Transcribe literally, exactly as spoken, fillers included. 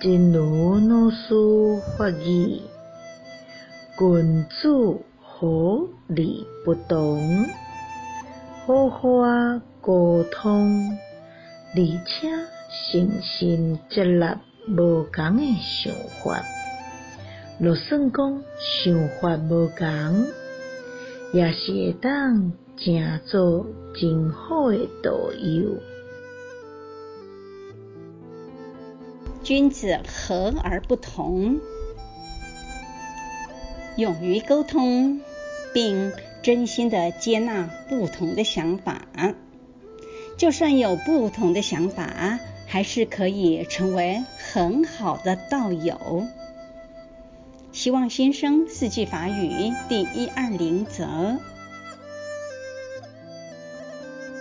真如老师法语，君子好理不同，好好沟通，而且诚心接纳无同的想法。就算讲想法无同，也是会当成做真好的导游。 君子和而不同，勇于沟通，并真心的接纳不同的想法。就算有不同的想法，还是可以成为很好的道友。希望新生四季法语第一二零则。